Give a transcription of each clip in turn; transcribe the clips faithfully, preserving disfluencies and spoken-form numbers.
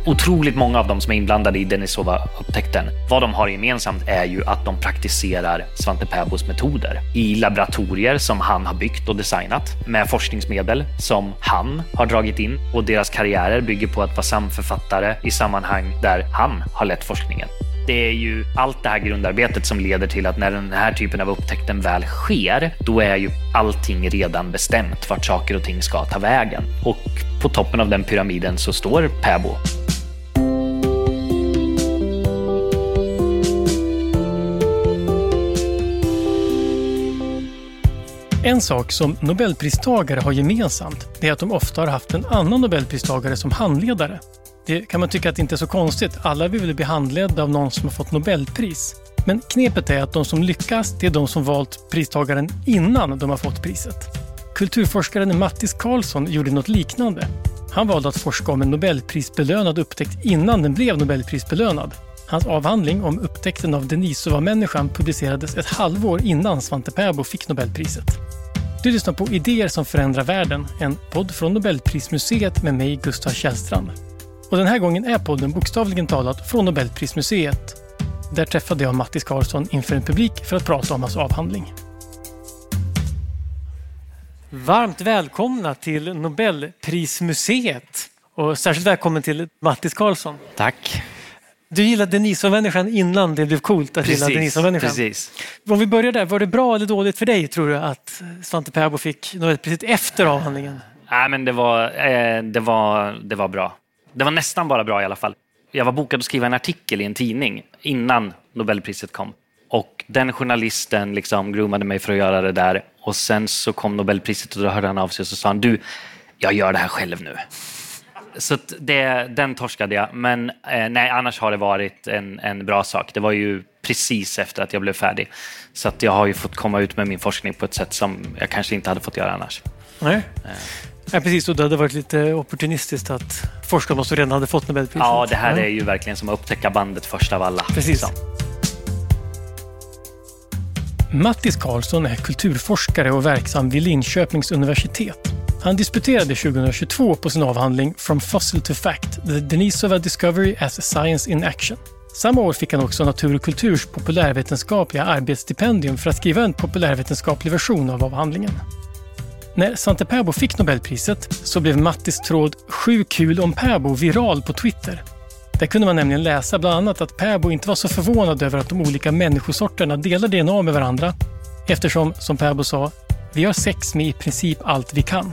Otroligt många av dem som är inblandade i Denisova-upptäckten, vad de har gemensamt är ju att de praktiserar Svante Pääbos metoder i laboratorier som han har byggt och designat, med forskningsmedel som han har dragit in, och deras karriärer bygger på att vara samförfattare i sammanhang där han har lett forskningen. Det är ju allt det här grundarbetet som leder till att när den här typen av upptäckten väl sker, då är ju allting redan bestämt vart saker och ting ska ta vägen. Och på toppen av den pyramiden så står Pääbo. En sak som Nobelpristagare har gemensamt är att de ofta har haft en annan Nobelpristagare som handledare. Det kan man tycka att det inte är så konstigt. Alla vill väl bli handledda av någon som har fått Nobelpris. Men knepet är att de som lyckas, det är de som valt pristagaren innan de har fått priset. Kulturforskaren Mattis Karlsson gjorde något liknande. Han valde att forska om en Nobelprisbelönad upptäckt innan den blev Nobelprisbelönad. Hans avhandling om upptäckten av Denisova-människan publicerades ett halvår innan Svante Pääbo fick Nobelpriset. Du lyssnar på Idéer som förändrar världen, en podd från Nobelprismuseet med mig, Gustav Källstrand. Och den här gången är podden bokstavligen talat från Nobelprismuseet. Där träffade jag Mattis Karlsson inför en publik för att prata om hans avhandling. Varmt välkomna till Nobelprismuseet. Och särskilt välkommen till Mattis Karlsson. Tack. Du gillade Denisova-människan innan det blev coolt att gilla Denisova-människan. Precis. Om vi börjar där, var det bra eller dåligt för dig, tror du, att Svante Pääbo fick Nobelpriset efter avhandlingen? Nej, men det var, eh, det var, det var bra. Det var nästan bara bra i alla fall. Jag var bokad att skriva en artikel i en tidning innan Nobelpriset kom. Och den journalisten liksom groomade mig för att göra det där. Och sen så kom Nobelpriset och då hörde han av sig och så sa han, du, jag gör det här själv nu. Så det, den torskade jag. Men eh, nej, annars har det varit en, en bra sak. Det var ju precis efter att jag blev färdig. Så att jag har ju fått komma ut med min forskning på ett sätt som jag kanske inte hade fått göra annars. Nej. Eh. Ja, precis. Och det hade varit lite opportunistiskt att forska om oss redan hade fått Nobelpriset. Ja, det här är ju verkligen som att upptäcka bandet först av alla. Precis. Så. Mattis Karlsson är kulturforskare och verksam vid Linköpings universitet. Han disputerade tjugohundratjugotvå på sin avhandling From Fossil to Fact, The Denisova Discovery as Science in Action. Samma år fick han också Natur och kulturs populärvetenskapliga arbetsstipendium för att skriva en populärvetenskaplig version av avhandlingen. När Svante Pääbo fick Nobelpriset så blev Mattis tråd "Sju kul om Pääbo" viral på Twitter. Där kunde man nämligen läsa bland annat att Pääbo inte var så förvånad över att de olika människosorterna delar D N A med varandra, eftersom, som Pääbo sa, vi har sex med i princip allt vi kan.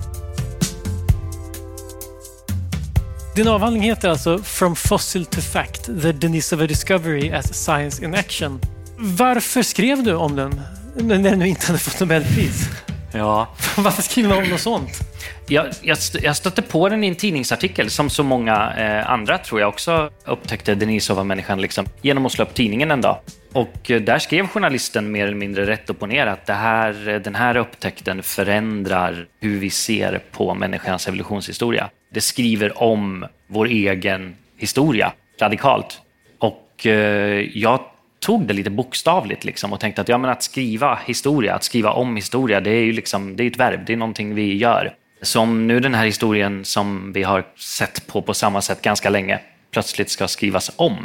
Din avhandling heter alltså From Fossil to Fact, The Denisova Discovery as Science in Action. Varför skrev du om den när du inte hade fått Nobelpris? Ja. Varför skriver man om något sånt? Jag, jag, jag stötte på den i en tidningsartikel som så många eh, andra tror jag också upptäckte Denisova-människan liksom, genom att slå upp tidningen en dag. Och eh, där skrev journalisten mer eller mindre rätt upp och ner att det här, den här upptäckten förändrar hur vi ser på människans evolutionshistoria. Det skriver om vår egen historia radikalt. Och eh, jag tog det lite bokstavligt liksom och tänkte att, ja, men att skriva historia, att skriva om historia, det är ju liksom, det är ett verb, det är någonting vi gör. Som nu den här historien som vi har sett på på samma sätt ganska länge plötsligt ska skrivas om,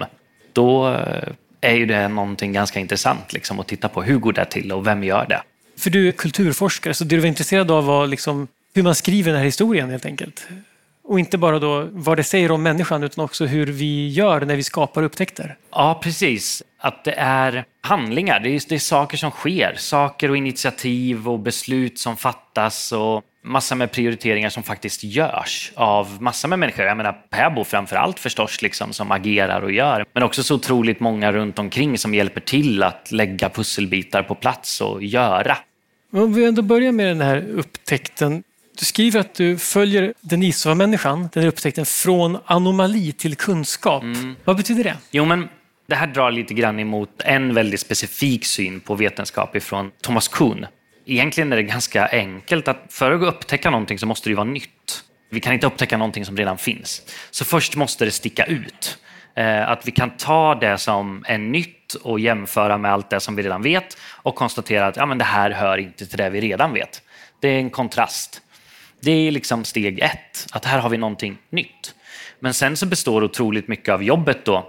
då är ju det någonting ganska intressant liksom att titta på hur går det till och vem gör det. För du är kulturforskare, så det du var intresserad av var liksom hur man skriver den här historien helt enkelt. Och inte bara då vad det säger om människan utan också hur vi gör när vi skapar upptäckter. Ja, precis. Att det är handlingar, det är, det är saker som sker. Saker och initiativ och beslut som fattas och massa med prioriteringar som faktiskt görs av massa med människor. Jag menar Pääbo framförallt förstås liksom, som agerar och gör. Men också så otroligt många runt omkring som hjälper till att lägga pusselbitar på plats och göra. Om vi ändå börjar med den här upptäckten. Du skriver att du följer Denisova-människan, den här upptäckten, från anomali till kunskap. Mm. Vad betyder det? Jo, men det här drar lite grann emot en väldigt specifik syn på vetenskap ifrån Thomas Kuhn. Egentligen är det ganska enkelt att för att upptäcka någonting så måste det vara nytt. Vi kan inte upptäcka någonting som redan finns. Så först måste det sticka ut. Att vi kan ta det som är nytt och jämföra med allt det som vi redan vet och konstatera att ja, men det här hör inte till det vi redan vet. Det är en kontrast. Det är liksom steg ett, att här har vi någonting nytt. Men sen så består otroligt mycket av jobbet då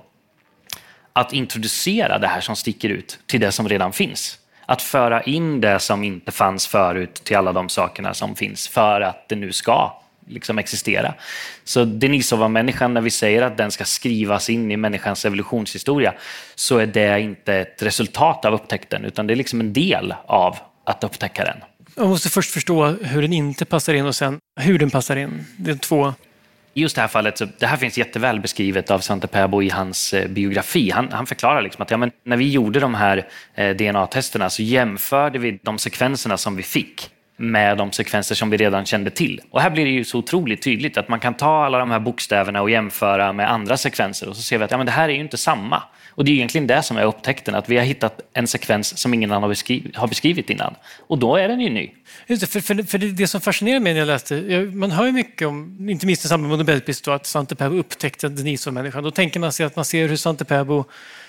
att introducera det här som sticker ut till det som redan finns. Att föra in det som inte fanns förut till alla de sakerna som finns för att det nu ska liksom existera. Så Denisova-människan, när vi säger att den ska skrivas in i människans evolutionshistoria, så är det inte ett resultat av upptäckten, utan det är liksom en del av att upptäcka den. Man måste först förstå hur den inte passar in och sen hur den passar in. Det är två... I just det här fallet, så det här finns jätteväl beskrivet av Svante Pääbo i hans eh, biografi. Han, han förklarar liksom att ja, men när vi gjorde de här eh, D N A-testerna så jämförde vi de sekvenserna som vi fick med de sekvenser som vi redan kände till. Och här blir det ju så otroligt tydligt att man kan ta alla de här bokstäverna och jämföra med andra sekvenser och så ser vi att ja, men det här är ju inte samma. Och det är egentligen det som är upptäckten, att vi har hittat en sekvens som ingen annan har, beskriv- har beskrivit innan. Och då är den ju ny. Just det, för, för, för det, det som fascinerar mig när jag läste, jag, man hör ju mycket om, inte minst i samband med Nobelpris då, att Svante Pääbo upptäckte Denisova-människan. Då tänker man sig att man ser hur Svante Pääbo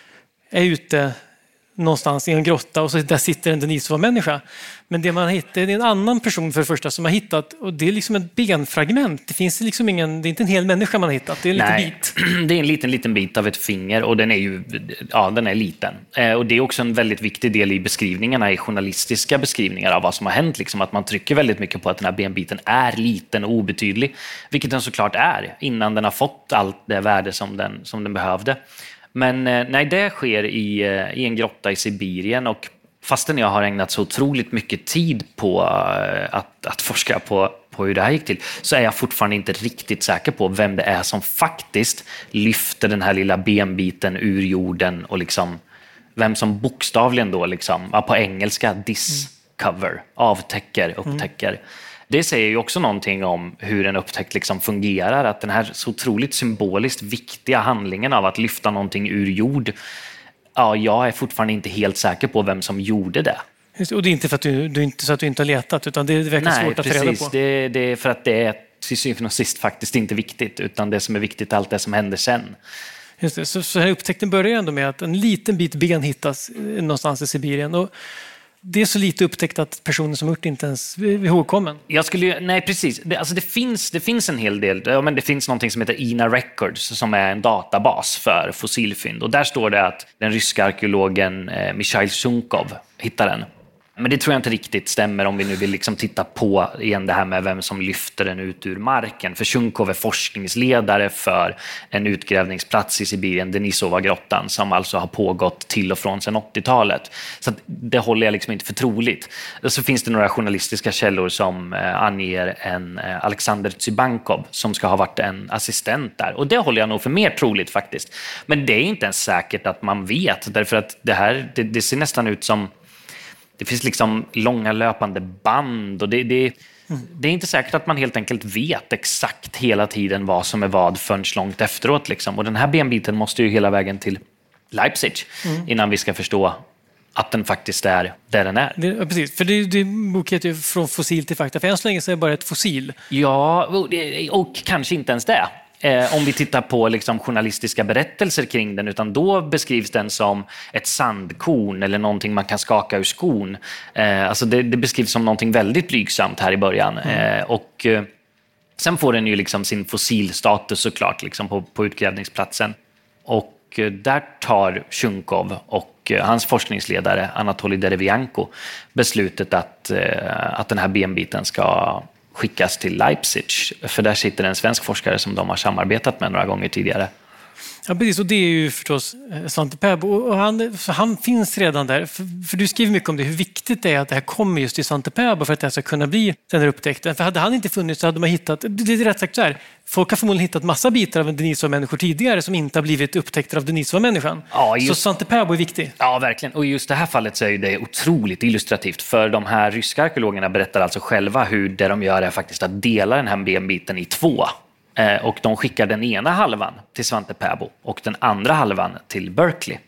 är ute någonstans i en grotta och så där sitter en Denisova-människa. Men det man hittar är en annan person för det första som har hittat, och det är liksom ett benfragment. Det finns liksom ingen, det är inte en hel människa man har hittat, det är en liten Nej, bit. det är en liten, liten bit av ett finger och den är ju, ja, den är liten. Eh, och det är också en väldigt viktig del i beskrivningarna, i journalistiska beskrivningar av vad som har hänt. Liksom, att man trycker väldigt mycket på att den här benbiten är liten och obetydlig, vilket den såklart är, innan den har fått allt det värde som den, som den behövde. Men nej, det sker i, i en grotta i Sibirien, och fastän jag har ägnat så otroligt mycket tid på att, att forska på, på hur det här gick till, så är jag fortfarande inte riktigt säker på vem det är som faktiskt lyfter den här lilla benbiten ur jorden och liksom, vem som bokstavligen då liksom, på engelska discover, avtäcker, upptäcker. Mm. Det säger ju också någonting om hur en upptäckt liksom fungerar, att den här så otroligt symboliskt viktiga handlingen av att lyfta någonting ur jord, ja, jag är fortfarande inte helt säker på vem som gjorde det. Just, och det är inte för att du, du inte så att du inte har letat, utan det är verkligen Nej, svårt att precis. ta reda på. Det, det är för att det är till syvende och sist faktiskt inte viktigt, utan det som är viktigt är allt det som händer sen. Just det. Så, så här upptäckten börjar ändå med att en liten bit ben hittas någonstans i Sibirien, och det är så lite upptäckt att personen som gjort inte ens är ihågkommen. Jag skulle, nej, precis. Det, alltså det, finns, det finns en hel del. Ja, men det finns någonting som heter I N A Records som är en databas för fossilfynd. Och där står det att den ryska arkeologen eh, Mikhail Shunkov hittar den. Men det tror jag inte riktigt stämmer om vi nu vill liksom titta på igen det här med vem som lyfter den ut ur marken. För Shunkov är forskningsledare för en utgrävningsplats i Sibirien, Denisova-grottan, som alltså har pågått till och från sedan åttiotalet. Så att det håller jag liksom inte för troligt. Så finns det några journalistiska källor som anger en Alexander Tsibankov som ska ha varit en assistent där. Och det håller jag nog för mer troligt faktiskt. Men det är inte ens säkert att man vet, därför att det här, det, det ser nästan ut som... Det finns liksom långa löpande band och det, det, det är inte säkert att man helt enkelt vet exakt hela tiden vad som är vad förrän långt efteråt. Liksom. Och den här benbiten måste ju hela vägen till Leipzig mm. innan vi ska förstå att den faktiskt är där den är. Det, precis, för det, det boken heter ju Från fossil till fakta. För än så länge så är det bara ett fossil. Ja, och, och kanske inte ens det. Eh, om vi tittar på liksom journalistiska berättelser kring den, utan då beskrivs den som ett sandkorn eller någonting man kan skaka ur skon. Eh, alltså det, det beskrivs som någonting väldigt blygsamt här i början. Mm. Eh, och eh, sen får den ju liksom sin fossilstatus såklart liksom på, på utgrävningsplatsen. Och eh, där tar Shunkov och eh, hans forskningsledare Anatoly Derevianko beslutet att, eh, att den här benbiten ska skickas till Leipzig, för där sitter en svensk forskare som de har samarbetat med några gånger tidigare. Ja, precis. Och det är ju förstås Svante Pääbo. Och han, han finns redan där. För, för du skriver mycket om det, hur viktigt det är att det här kommer just till Svante Pääbo för att det här ska kunna bli den här upptäckten. För hade han inte funnits så hade man hittat, det är rätt sagt så här, folk har förmodligen hittat massa bitar av en Denisova-människor tidigare som inte har blivit upptäckter av Denisova-människan. Ja, just... Så Svante Pääbo är viktig. Ja, verkligen. Och i just det här fallet så är det otroligt illustrativt. För de här ryska arkeologerna berättar alltså själva hur det de gör är faktiskt att dela den här benbiten i två. Och de skickar den ena halvan till Svante Pääbo och den andra halvan till Berkeley.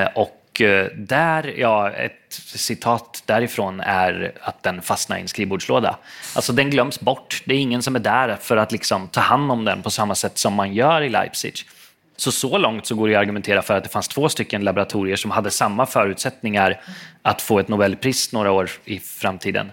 Och där, ja, ett citat därifrån är att den fastnar i en skrivbordslåda. Alltså den glöms bort. Det är ingen som är där för att liksom ta hand om den på samma sätt som man gör i Leipzig. Så så långt så går det att argumentera för att det fanns två stycken laboratorier som hade samma förutsättningar att få ett Nobelpris några år i framtiden.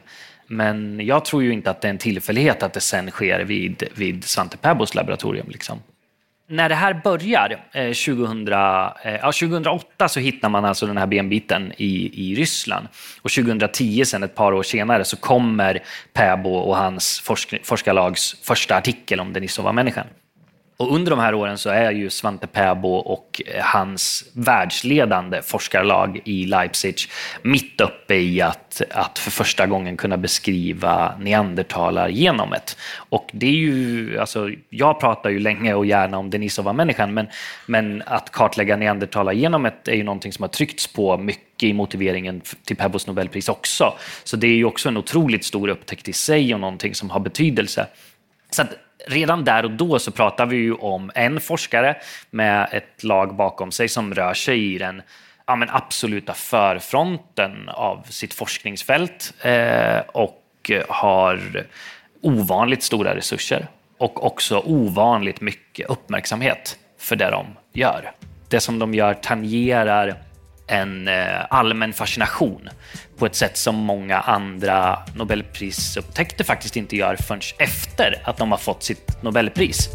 Men jag tror ju inte att det är en tillfällighet att det sen sker vid, vid Svante Pääbos laboratorium. Liksom. När det här börjar, eh, tjugohundra, eh, ja, tjugohundraåtta så hittar man alltså den här benbiten i, i Ryssland. Och tjugohundratio, sen ett par år senare, så kommer Pääbo och hans forsk- forskarlags första artikel om Denisova-människan. Och under de här åren så är ju Svante Pääbo och hans världsledande forskarlag i Leipzig mitt uppe i att, att för första gången kunna beskriva neandertalargenomet. Och det är ju, alltså, jag pratar ju länge och gärna om Denisova-människan, men, men att kartlägga neandertalargenomet är ju någonting som har tryckts på mycket i motiveringen till Pääbos Nobelpris också. Så det är ju också en otroligt stor upptäckt i sig och någonting som har betydelse. Så att redan där och då så pratar vi ju om en forskare med ett lag bakom sig som rör sig i den ja, men absoluta förfronten av sitt forskningsfält eh, och har ovanligt stora resurser och också ovanligt mycket uppmärksamhet för det de gör. Det som de gör tangerar en eh, allmän fascination på ett sätt som många andra Nobelprisupptäckter faktiskt inte gör förrän efter att de har fått sitt Nobelpris.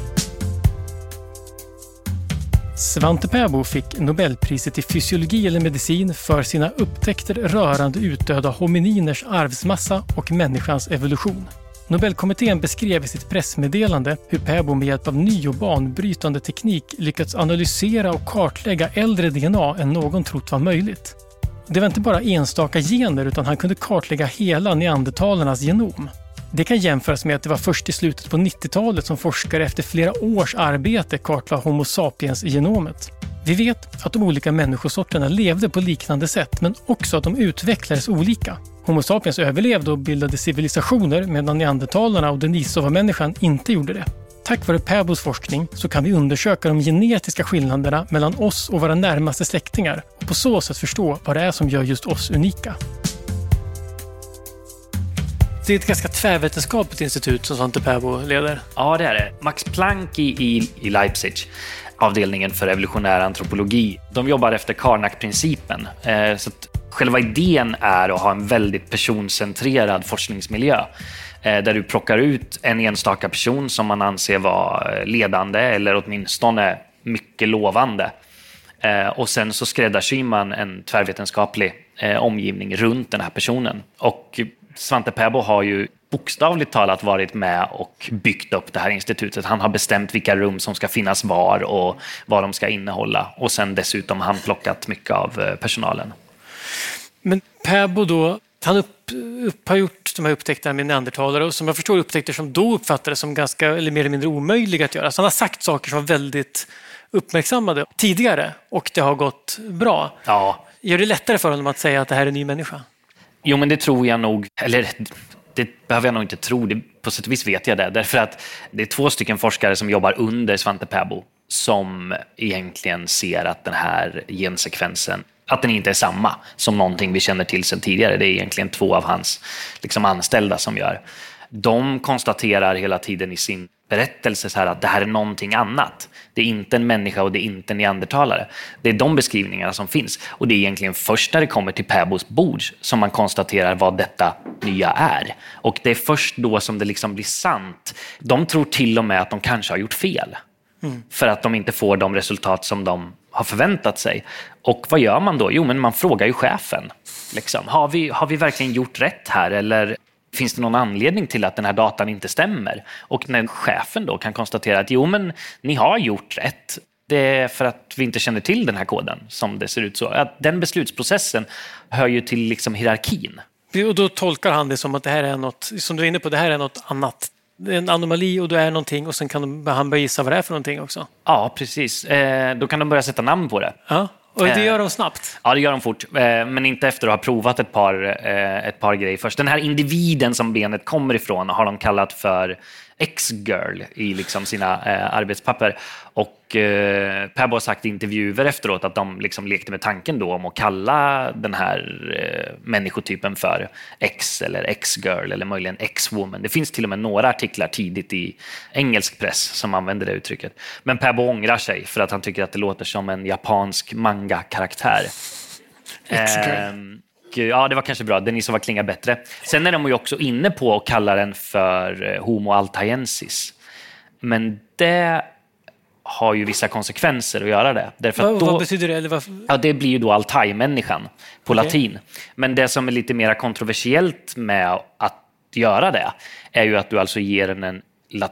Svante Pääbo fick Nobelpriset i fysiologi eller medicin för sina upptäckter rörande utdöda homininers arvsmassa och människans evolution. Nobelkommittén beskrev i sitt pressmeddelande hur Pääbo med hjälp av ny och banbrytande teknik lyckats analysera och kartlägga äldre D N A än någon trott var möjligt. Det var inte bara enstaka gener utan han kunde kartlägga hela neandertalarnas genom. Det kan jämföras med att det var först i slutet på nittiotalet som forskare efter flera års arbete kartlade Homo sapiens-genomet. Vi vet att de olika människosorterna levde på liknande sätt men också att de utvecklades olika. Homo sapiens överlevde och bildade civilisationer medan neandertalarna och Denisova-människan inte gjorde det. Tack vare Pääbos forskning så kan vi undersöka de genetiska skillnaderna mellan oss och våra närmaste släktingar och på så sätt förstå vad det är som gör just oss unika. Det är ett ganska tvärvetenskapligt institut som Svante Pääbo leder. Ja, det är det. Max Planck i, i, i Leipzig, avdelningen för evolutionär antropologi, de jobbar efter Karnak-principen. Eh, så att själva idén är att ha en väldigt personcentrerad forskningsmiljö eh, där du plockar ut en enstaka person som man anser vara ledande eller åtminstone mycket lovande. Eh, och sen så skräddarsyr man en tvärvetenskaplig eh, omgivning runt den här personen. Och Svante Pääbo har ju bokstavligt talat varit med och byggt upp det här institutet. Han har bestämt vilka rum som ska finnas var och vad de ska innehålla. Och sen dessutom har han plockat mycket av personalen. Men Pääbo då, han upp, upp, har gjort de här upptäckterna med neandertalare och som jag förstår upptäckter som då uppfattades som ganska eller mer eller mindre omöjliga att göra. Så han har sagt saker som var väldigt uppmärksammade tidigare och det har gått bra. Ja. Gör det lättare för honom att säga att det här är en ny människa? Jo, men det tror jag nog, eller det behöver jag nog inte tro, det, på sätt och vis vet jag det. Därför att det är två stycken forskare som jobbar under Svante Pääbo som egentligen ser att den här gensekvensen, att den inte är samma som någonting vi känner till sedan tidigare. Det är egentligen två av hans liksom, anställda som gör. De konstaterar hela tiden i sin berättelse så här att det här är någonting annat. Det är inte en människa och det är inte en neandertalare. Det är de beskrivningarna som finns. Och det är egentligen först när det kommer till Pääbos bord som man konstaterar vad detta nya är. Och det är först då som det liksom blir sant. De tror till och med att de kanske har gjort fel. Mm. För att de inte får de resultat som de har förväntat sig. Och vad gör man då? Jo, men man frågar ju chefen. Liksom, har vi, har vi verkligen gjort rätt här? Eller finns det någon anledning till att den här datan inte stämmer? Och när chefen då kan konstatera att jo, men ni har gjort rätt. Det är för att vi inte känner till den här koden som det ser ut så. Att den beslutsprocessen hör ju till liksom hierarkin. Och då tolkar han det som att det här är något, som du är inne på, det här är något annat. Det är en anomali och det är någonting och sen kan han börja gissa vad det är för någonting också. Ja, precis. Eh, då kan de börja sätta namn på det. Ja. Och det gör de snabbt? Ja, det gör de fort. Men inte efter att ha provat ett par, ett par grejer först. Den här individen som benet kommer ifrån har de kallat för X-girl i liksom sina arbetspapper. Och eh, Pääbo har sagt i intervjuer efteråt att de liksom lekte med tanken då om att kalla den här eh, människotypen för X eller X-girl eller möjligen X-woman. Det finns till och med några artiklar tidigt i engelsk press som använder det uttrycket. Men Pääbo ångrar sig för att han tycker att det låter som en japansk manga-karaktär. X-girl. Ja, det var kanske bra. Denisova klingar bättre. Sen är de ju också inne på att kalla den för Homo altaiensis. Men det har ju vissa konsekvenser att göra det. Därför vad, att då, vad betyder det? Eller vad... Ja, det blir ju då Altai-människan på Okay. latin. Men det som är lite mer kontroversiellt med att göra det är ju att du alltså ger den en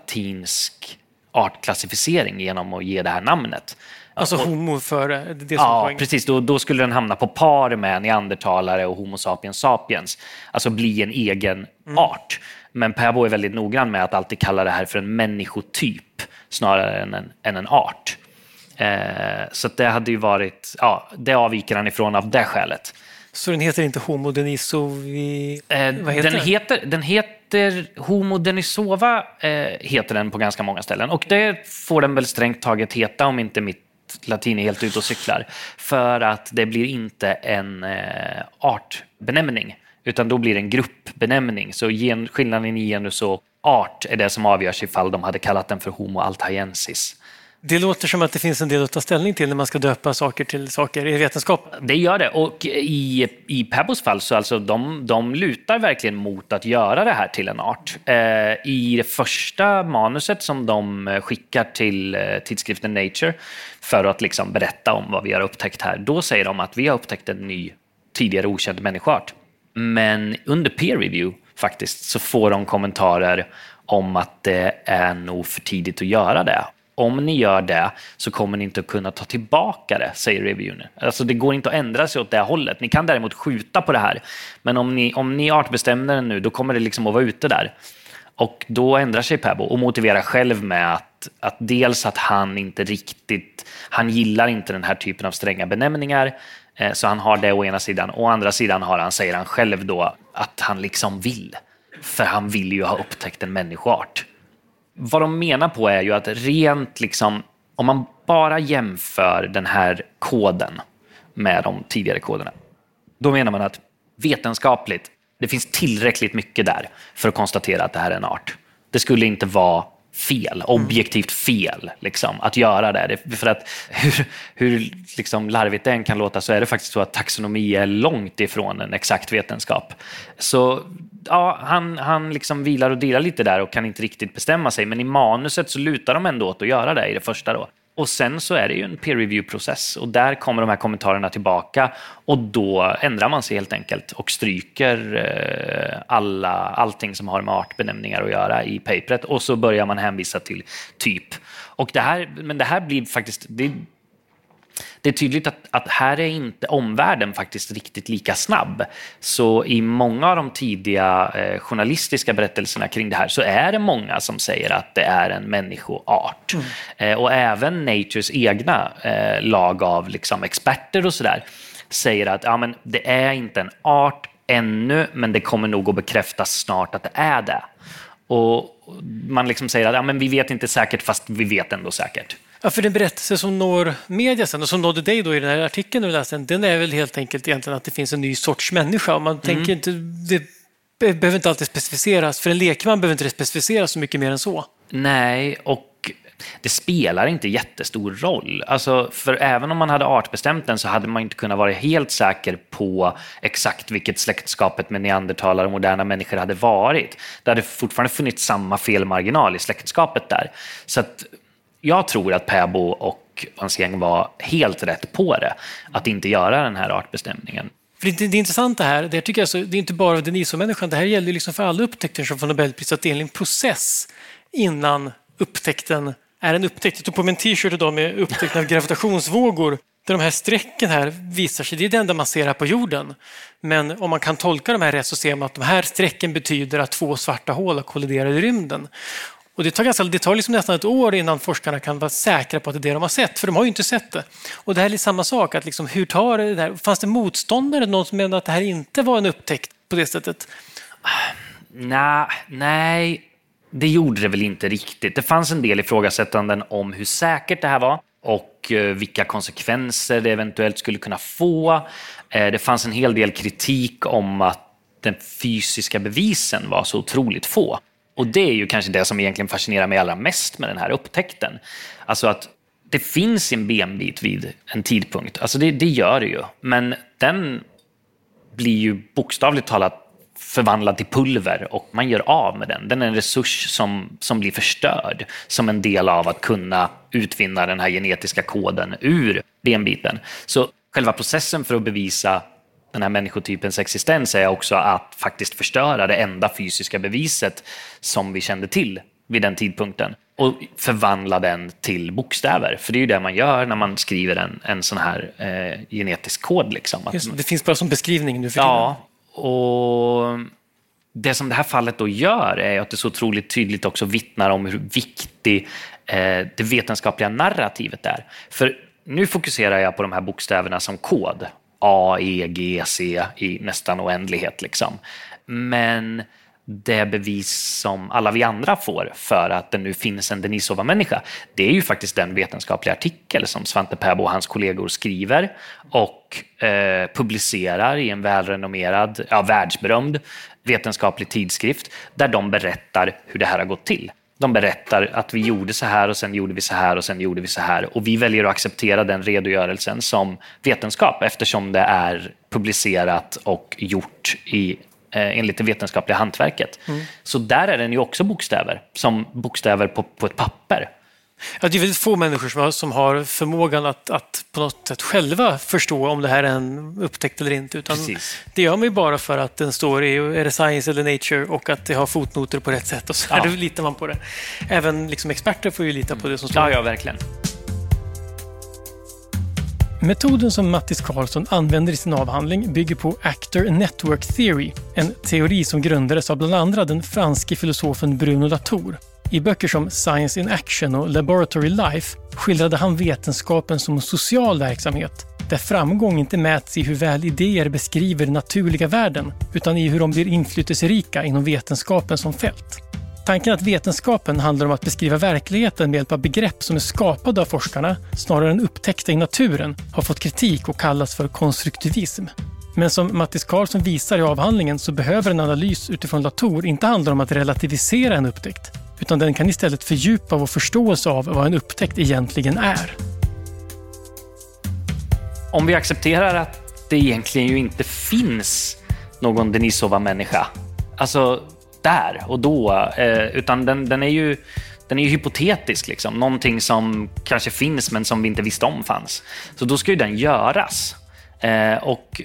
latinsk artklassificering genom att ge det här namnet. Alltså och, homo för det, det som ja, poäng. precis. Då, då skulle den hamna på par med neandertalare och homo sapiens sapiens. Alltså bli en egen mm. art. Men Pääbo är väldigt noggrann med att alltid kalla det här för en människotyp snarare än en, än en art. Eh, så att det hade ju varit, ja, det avviker han ifrån av det skälet. Så den heter inte Homo Denisovi... Eh, Vad heter den, den? heter, den heter Homo Denisova, eh, heter den på ganska många ställen. Och det får den väl strängt taget heta om inte mitt latin är helt ute och cyklar. För att det blir inte en eh, artbenämning, utan då blir det en gruppbenämning. Så gen, skillnaden i genus och art är det som avgörs ifall de hade kallat den för Homo altaiensis. Det låter som att det finns en del att ta ställning till när man ska döpa saker till saker i vetenskap. Det gör det. Och i, i Pääbos fall så alltså de, de lutar verkligen mot att göra det här till en art. Eh, I det första manuset som de skickar till eh, tidskriften Nature för att liksom berätta om vad vi har upptäckt här, då säger de att vi har upptäckt en ny, tidigare okänd människoart. Men under peer review faktiskt så får de kommentarer om att det är nog för tidigt att göra det. Om ni gör det så kommer ni inte att kunna ta tillbaka det, säger reviewen. Alltså det går inte att ändra sig åt det hållet. Ni kan däremot skjuta på det här. Men om ni, om ni artbestämmer den nu, då kommer det liksom att vara ute där. Och då ändrar sig Pääbo och motiverar själv med att, att dels att han inte riktigt, han gillar inte den här typen av stränga benämningar. Eh, så han har det å ena sidan. Å andra sidan har han, säger han själv då, att han liksom vill. För han vill ju ha upptäckt en människoart. Vad de menar på är ju att rent liksom, om man bara jämför den här koden med de tidigare koderna, då menar man att vetenskapligt, det finns tillräckligt mycket där för att konstatera att det här är en art. Det skulle inte vara fel, objektivt fel liksom, att göra det. det för att hur, hur liksom larvigt det än kan låta så är det faktiskt så att taxonomi är långt ifrån en exakt vetenskap. Så ja, han, han liksom vilar och delar lite där och kan inte riktigt bestämma sig. Men i manuset så lutar de ändå åt att göra det i det första då. Och sen så är det ju en peer review-process. Och där kommer de här kommentarerna tillbaka. Och då ändrar man sig helt enkelt och stryker eh, alla, allting som har med artbenämningar att göra i paperet. Och så börjar man hänvisa till typ. Och det här, men det här blir faktiskt... Det, Det är tydligt att, att här är inte omvärlden faktiskt riktigt lika snabb. Så i många av de tidiga eh, journalistiska berättelserna kring det här så är det många som säger att det är en människoart. Mm. Eh, och även Natures egna eh, lag av liksom, experter och sådär säger att ja, men det är inte en art ännu, men det kommer nog att bekräftas snart att det är det. Och man liksom säger att ja, men vi vet inte säkert fast vi vet ändå säkert. Ja, för den berättelse som når media sen och som nådde dig då i den här artikeln du läste, den är väl helt enkelt egentligen att det finns en ny sorts människa. Och man mm. tänker inte, det behöver inte alltid specificeras. För en lekman behöver inte det specificeras så mycket mer än så. Nej, och det spelar inte jättestor roll. Alltså, för även om man hade artbestämt den så hade man inte kunnat vara helt säker på exakt vilket släktskapet med neandertalare och moderna människor hade varit. Det hade fortfarande funnits samma felmarginal i släktskapet där. Så att jag tror att Pääbo och hans gäng var helt rätt på det. Att inte göra den här artbestämningen. För det, det är intressant det här. Det, här tycker jag så, det är inte bara Denisov-människan. Det här gäller liksom för alla upptäckter som får Nobelpris. Att det är en process innan upptäckten är en upptäckt. Jag tog på mig en t-shirt idag med upptäckten av gravitationsvågor. Där de här strecken här visar sig. Det är det enda man ser här på jorden. Men om man kan tolka de här rätt så ser man att de här strecken betyder att två svarta hål har kolliderat i rymden. Och det tar, ganska, det tar liksom nästan ett år innan forskarna kan vara säkra på att det är det de har sett. För de har ju inte sett det. Och det här är samma sak. Att liksom, hur tar det här? Fanns det motståndare? Någon som menade att det här inte var en upptäckt på det sättet? Nej, nej, det gjorde det väl inte riktigt. Det fanns en del ifrågasättanden om hur säkert det här var. Och vilka konsekvenser det eventuellt skulle kunna få. Det fanns en hel del kritik om att den fysiska bevisen var så otroligt få. Och det är ju kanske det som egentligen fascinerar mig allra mest med den här upptäckten. Alltså att det finns en benbit vid en tidpunkt. Alltså det, det gör det ju. Men den blir ju bokstavligt talat förvandlad till pulver och man gör av med den. Den är en resurs som, som blir förstörd som en del av att kunna utvinna den här genetiska koden ur benbiten. Så själva processen för att bevisa den här människotypens existens är också att faktiskt förstöra det enda fysiska beviset som vi kände till vid den tidpunkten och förvandla den till bokstäver. För det är ju det man gör när man skriver en, en sån här eh, genetisk kod. Liksom. Just, det finns bara som beskrivning nu för Ja, och det som det här fallet då gör är att det så otroligt tydligt också vittnar om hur viktig eh, det vetenskapliga narrativet är. För nu fokuserar jag på de här bokstäverna som kod. A, E, G, C i nästan oändlighet. Liksom. Men det bevis som alla vi andra får för att det nu finns en Denisova-människa, det är ju faktiskt den vetenskapliga artikel som Svante Pääbo och hans kollegor skriver och eh, publicerar i en välrenommerad, ja, världsberömd vetenskaplig tidskrift där de berättar hur det här har gått till. De berättar att vi gjorde så här och sen gjorde vi så här och sen gjorde vi så här. Och vi väljer att acceptera den redogörelsen som vetenskap eftersom det är publicerat och gjort i, eh, enligt det vetenskapliga hantverket. Mm. Så där är den ju också bokstäver, som bokstäver på, på ett papper. Ja, det är väldigt få människor som har, som har förmågan att, att på något sätt själva förstå om det här är en upptäckt eller inte. Utan det gör man ju bara för att den står i är det Science eller Nature och att det har fotnoter på rätt sätt och så ja. Här litar man på det. Även liksom experter får ju lita på det som står. Ja, ja, verkligen. Metoden som Mattis Karlsson använder i sin avhandling bygger på Actor Network Theory, en teori som grundades av bland andra den franske filosofen Bruno Latour. I böcker som Science in Action och Laboratory Life skildrade han vetenskapen som en social verksamhet där framgång inte mäts i hur väl idéer beskriver naturliga värden utan i hur de blir inflytelserika inom vetenskapen som fält. Tanken att vetenskapen handlar om att beskriva verkligheten med hjälp av begrepp som är skapade av forskarna snarare än upptäckta i naturen har fått kritik och kallas för konstruktivism. Men som Mattis Karlsson visar i avhandlingen så behöver en analys utifrån Latour inte handla om att relativisera en upptäckt utan den kan istället fördjupa vår förståelse av vad en upptäckt egentligen är. Om vi accepterar att det egentligen ju inte finns någon Denisova-människa, alltså där och då, eh, utan den, den är ju den är ju hypotetisk, liksom. Någonting som kanske finns men som vi inte visste om fanns. Så då ska ju den göras. Eh, och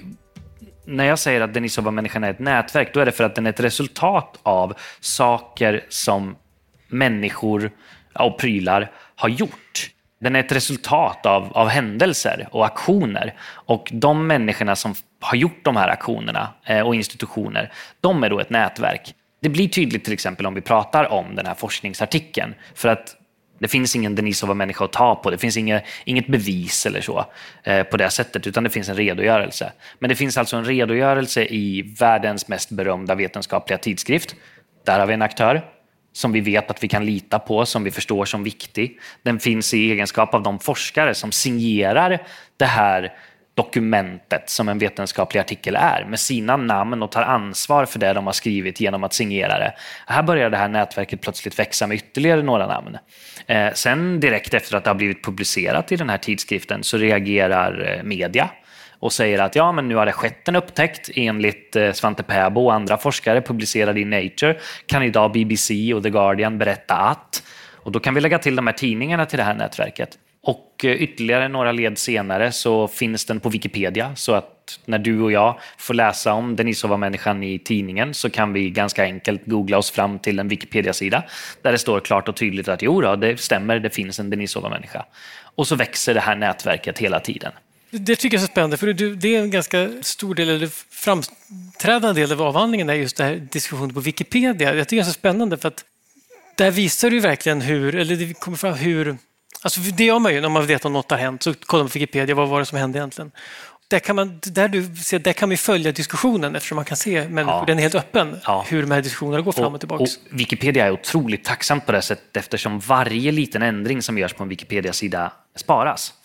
när jag säger att Denisova-människan är ett nätverk, då är det för att den är ett resultat av saker som människor och prylar har gjort. Den är ett resultat av, av händelser och aktioner. Och de människorna som har gjort de här aktionerna eh, och institutioner, de är då ett nätverk. Det blir tydligt till exempel om vi pratar om den här forskningsartikeln. För att det finns ingen Denisova-människa att ta på. Det finns inget, inget bevis eller så eh, på det sättet, utan det finns en redogörelse. Men det finns alltså en redogörelse i världens mest berömda vetenskapliga tidskrift. Där har vi en aktör som vi vet att vi kan lita på, som vi förstår som viktig. Den finns i egenskap av de forskare som signerar det här dokumentet som en vetenskaplig artikel är, med sina namn och tar ansvar för det de har skrivit genom att signera det. Här börjar det här nätverket plötsligt växa med ytterligare några namn. Eh, sen direkt efter att det har blivit publicerat i den här tidskriften så reagerar eh, media och säger att ja, men nu har det skett en upptäckt enligt eh, Svante Pääbo och andra forskare publicerade i Nature. Kan idag B B C och The Guardian berätta att, och då kan vi lägga till de här tidningarna till det här nätverket. Och eh, ytterligare några led senare så finns den på Wikipedia, så att när du och jag får läsa om Denisova-människan i tidningen så kan vi ganska enkelt googla oss fram till en Wikipedia-sida där det står klart och tydligt att jo då, det stämmer, det finns en Denisova-människa. Och så växer det här nätverket hela tiden. Det tycker jag är så spännande, för det är en ganska stor del, eller framträdande del av avhandlingen är just det här diskussionen på Wikipedia. Jag tycker det är så spännande för att där visar du verkligen hur, eller det kommer fram hur, alltså det gör man ju när man vet om något har hänt, så kollar man på Wikipedia, vad var det som hände egentligen? Där kan man, där du ser, där kan man följa diskussionen eftersom man kan se, men ja. Den är helt öppen, ja. Hur de här diskussionerna går fram och, och tillbaka. Och Wikipedia är otroligt tacksam på det sättet eftersom varje liten ändring som görs på en Wikipedia-sida sparas.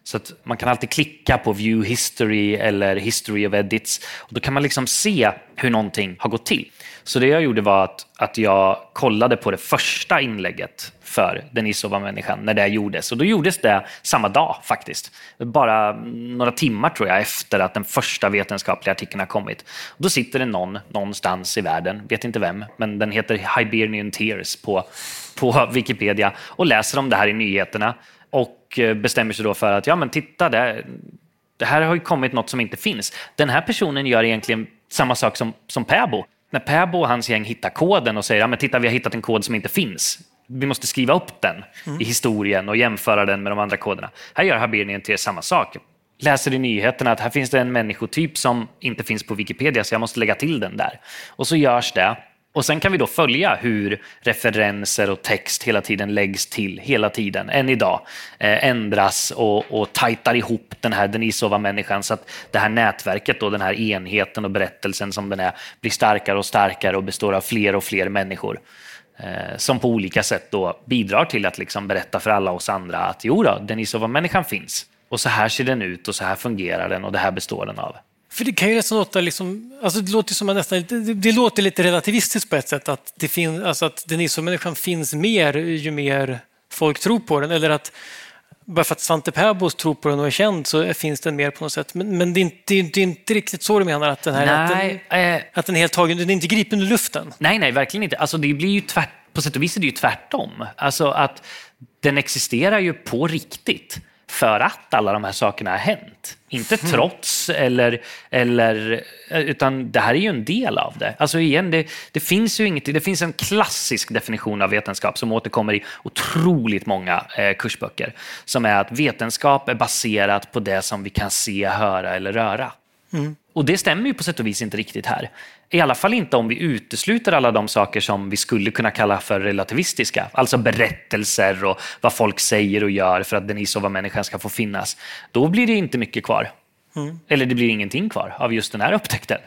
Så att man kan alltid klicka på view history eller history of edits. Och då kan man liksom se hur någonting har gått till. Så det jag gjorde var att, att jag kollade på det första inlägget för Denisova-människan när det gjordes. Och då gjordes det samma dag faktiskt. Bara några timmar tror jag efter att den första vetenskapliga artikeln har kommit. Och då sitter det någon någonstans i världen, vet inte vem, men den heter Hibernian Tears på, på Wikipedia och läser om det här i nyheterna. Och bestämmer sig då för att, ja men titta, det, det här har ju kommit något som inte finns. Den här personen gör egentligen samma sak som, som Päbo. När Päbo och hans gäng hittar koden och säger, ja men titta, vi har hittat en kod som inte finns. Vi måste skriva upp den mm. i historien och jämföra den med de andra koderna. Här gör Hibernian till samma sak. Läser i nyheterna att här finns det en människotyp som inte finns på Wikipedia, så jag måste lägga till den där. Och så görs det. Och sen kan vi då följa hur referenser och text hela tiden läggs till, hela tiden, än idag, eh, ändras och, och tajtar ihop den här Denisova-människan så att det här nätverket och den här enheten och berättelsen som den är blir starkare och starkare och består av fler och fler människor. Eh, som på olika sätt då bidrar till att liksom berätta för alla oss andra att jo då, Denisova-människan finns. Och så här ser den ut och så här fungerar den och det här består den av. För det kan ju nästan låta liksom, alltså det låter som att nästan, det, det låter lite relativistiskt på ett sätt att det finns, alltså att Denisova-människan finns mer ju mer folk tror på den, eller att bara för att Svante Pääbo tror på den och är känd så finns den mer på något sätt. Men, men det, är inte, det, är, det är inte riktigt så du menar att den här nej, att den, eh, att den är helt tagen, den är inte gripen ur luften. Nej, nej, verkligen inte. Alltså det blir ju tvärt, på sätt och vis är det ju tvärtom. Alltså att den existerar ju på riktigt. För att alla de här sakerna har hänt. Inte trots eller, eller utan det här är ju en del av det. Alltså igen, det, det finns ju inget, det finns en klassisk definition av vetenskap som återkommer i otroligt många eh, kursböcker. Som är att vetenskap är baserat på det som vi kan se, höra eller röra. Mm. Och det stämmer ju på sätt och vis inte riktigt här. I alla fall inte om vi utesluter alla de saker som vi skulle kunna kalla för relativistiska. Alltså berättelser och vad folk säger och gör för att Denisova-människan ska få finnas. Då blir det inte mycket kvar. Mm. Eller det blir ingenting kvar av just den här upptäckten.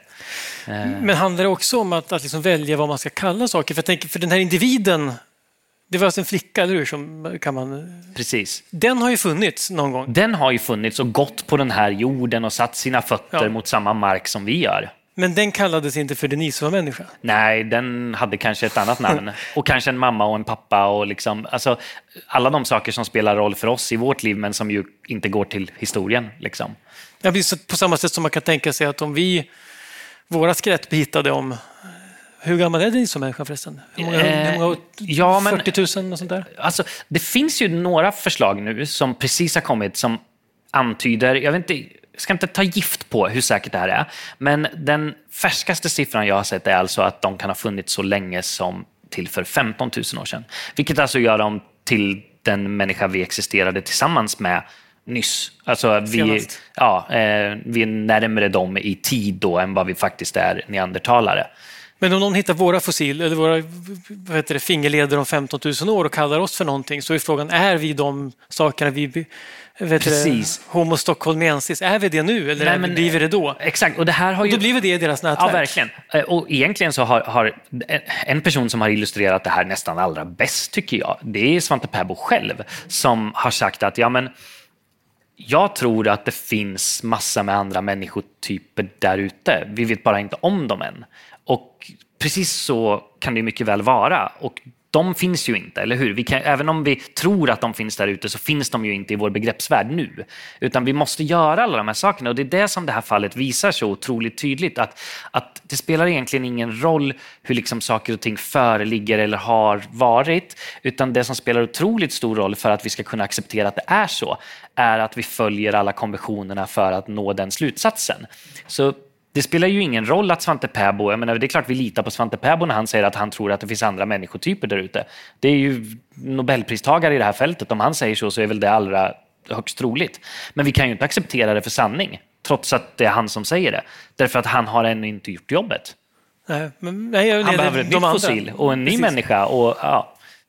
Men handlar det också om att, att liksom välja vad man ska kalla saker? För jag tänker, för den här individen, det var alltså en flicka, eller hur? Som kan man... Precis. Den har ju funnits någon gång. Den har ju funnits och gått på den här jorden och satt sina fötter ja. mot samma mark som vi gör. Men den kallades inte för Denisova-människa? Nej, den hade kanske ett annat namn. Och kanske en mamma och en pappa. Och liksom, alltså, alla de saker som spelar roll för oss i vårt liv men som ju inte går till historien. Liksom. Ja, på samma sätt som man kan tänka sig att om vi, våra skelett hittade om... Hur gammal är Denisova-människan förresten? Hur många, eh, hur många, ja, men, fyrtio tusen och sånt där? Alltså, det finns ju några förslag nu som precis har kommit som antyder... Jag vet inte... Jag ska inte ta gift på hur säkert det här är. Men den färskaste siffran jag har sett är alltså att de kan ha funnits så länge som till för femton tusen år sedan. Vilket alltså gör dem till den människa vi existerade tillsammans med nyss. Alltså vi, ja, eh, vi är närmare dem i tid då än vad vi faktiskt är neandertalare. Men om någon hittar våra fossil eller våra vad heter det, fingerleder om femton tusen år och kallar oss för någonting, så är frågan, är vi de sakerna vi vet Precis. Det, Homo stockholmensis, är vi det nu eller Nej, men, blir vi det då? Exakt, och det här har ju... Och då blir vi det i deras nätverk. Ja, verkligen. Och egentligen så har, har en person som har illustrerat det här nästan allra bäst, tycker jag, det är Svante Pääbo själv, som har sagt att ja men jag tror att det finns massa med andra människotyper där ute. Vi vet bara inte om dem än. Och precis så kan det mycket väl vara. Och de finns ju inte, eller hur? Vi kan, även om vi tror att de finns där ute så finns de ju inte i vår begreppsvärld nu. Utan vi måste göra alla de här sakerna. Och det är det som det här fallet visar så otroligt tydligt. Att, att det spelar egentligen ingen roll hur liksom saker och ting föreligger eller har varit. Utan det som spelar otroligt stor roll för att vi ska kunna acceptera att det är så är att vi följer alla konventionerna för att nå den slutsatsen. Så det spelar ju ingen roll att Svante Pääbo, jag menar, det är klart vi litar på Svante Pääbo när han säger att han tror att det finns andra människotyper där ute. Det är ju Nobelpristagare i det här fältet. Om han säger så så är väl det allra högst troligt. Men vi kan ju inte acceptera det för sanning, trots att det är han som säger det. Därför att han har ännu inte gjort jobbet. Nej, men, nej, jag, han det, behöver ett nytt fossil och en ny Precis. människa. Och, ja.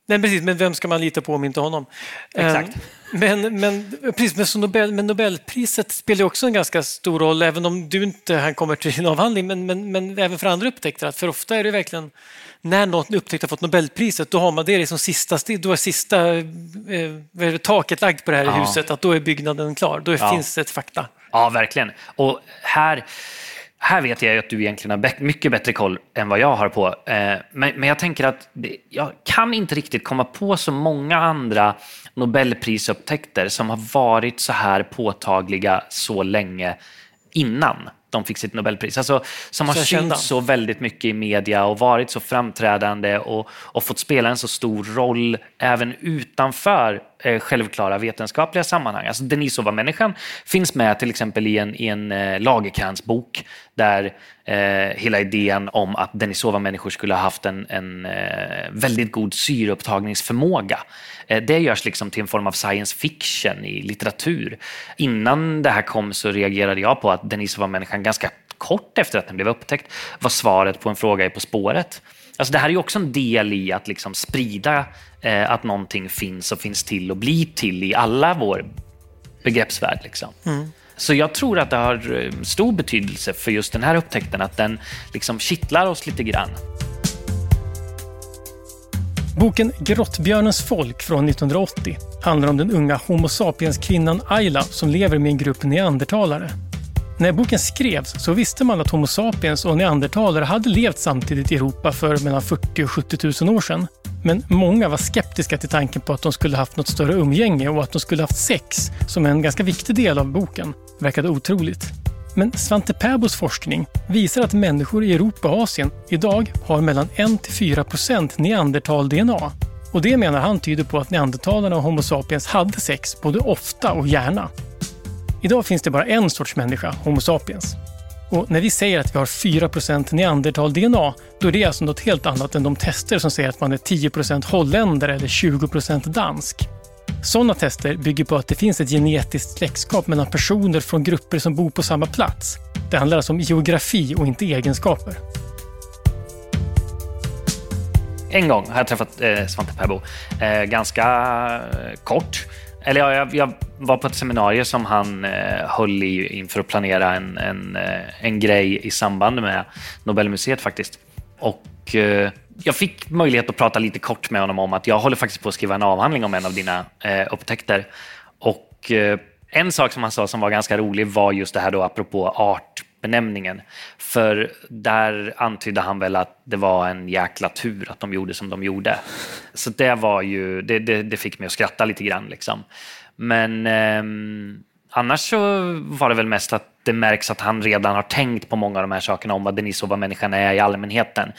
Nej, precis, men vem ska man lita på om inte honom? Exakt. Men, men, precis, men, så Nobel, men Nobelpriset spelar också en ganska stor roll, även om du inte han kommer till din avhandling, men, men, men även för andra upptäckter. För ofta är det verkligen, när något upptäckt har fått Nobelpriset, då har man det liksom sista, då är sista eh, taket lagt på det här ja. huset, att då är byggnaden klar, då ja. finns det ett fakta. Ja, verkligen. Och här... Här vet jag ju att du egentligen har mycket bättre koll än vad jag har på. Men jag tänker att jag kan inte riktigt komma på så många andra Nobelprisupptäckter som har varit så här påtagliga så länge innan de fick sitt Nobelpris. Alltså, som har synts så väldigt mycket i media och varit så framträdande och, och fått spela en så stor roll även utanför eh, självklara vetenskapliga sammanhang. Alltså Denisova-människan finns med till exempel i en, i en eh, Lagercrantz bok där eh, hela idén om att Denisova-människor skulle ha haft en, en eh, väldigt god syreupptagningsförmåga. Eh, det görs liksom till en form av science fiction i litteratur. Innan det här kom så reagerade jag på att Denisova-människan ganska kort efter att den blev upptäckt var svaret på en fråga i På spåret. Alltså det här är ju också en del i att liksom sprida eh, att någonting finns och finns till och blir till i alla vår begreppsvärld. Liksom. Mm. Så jag tror att det har stor betydelse för just den här upptäckten, att den liksom kittlar oss lite grann. Boken Grottbjörnens folk från nittonhundraåttio handlar om den unga homo sapiens-kvinnan Ayla som lever med en grupp neandertalare. När boken skrevs så visste man att homo sapiens och neandertalare hade levt samtidigt i Europa för mellan fyrtio och sjuttio tusen år sedan. Men många var skeptiska till tanken på att de skulle haft något större umgänge och att de skulle haft sex som en ganska viktig del av boken. Verkade otroligt. Men Svante Pääbos forskning visar att människor i Europa och Asien idag har mellan ett till fyra procent neandertal-D N A. Och det menar han tyder på att neandertalarna och homo sapiens hade sex både ofta och gärna. Idag finns det bara en sorts människa, homo sapiens. Och när vi säger att vi har fyra procent neandertal-D N A, då är det alltså något helt annat än de tester som säger att man är tio procent holländare eller tjugo procent dansk. Sådana tester bygger på att det finns ett genetiskt släktskap mellan personer från grupper som bor på samma plats. Det handlar alltså om geografi och inte egenskaper. En gång har jag träffat eh, Svante Pääbo. Eh, ganska eh, kort. Eller jag, jag var på ett seminarium som han eh, höll i inför att planera en, en, eh, en grej i samband med Nobelmuseet faktiskt. Och eh, jag fick möjlighet att prata lite kort med honom om att jag håller faktiskt på att skriva en avhandling om en av dina eh, upptäckter. Och eh, en sak som han sa som var ganska rolig var just det här då apropå artbenämningen. För där antydde han väl att det var en jäkla tur att de gjorde som de gjorde. Så det var ju, det, det, det fick mig att skratta lite grann liksom. Men eh, annars så var det väl mest att det märks att han redan har tänkt på många av de här sakerna om vad Denisova-människan är i allmänheten.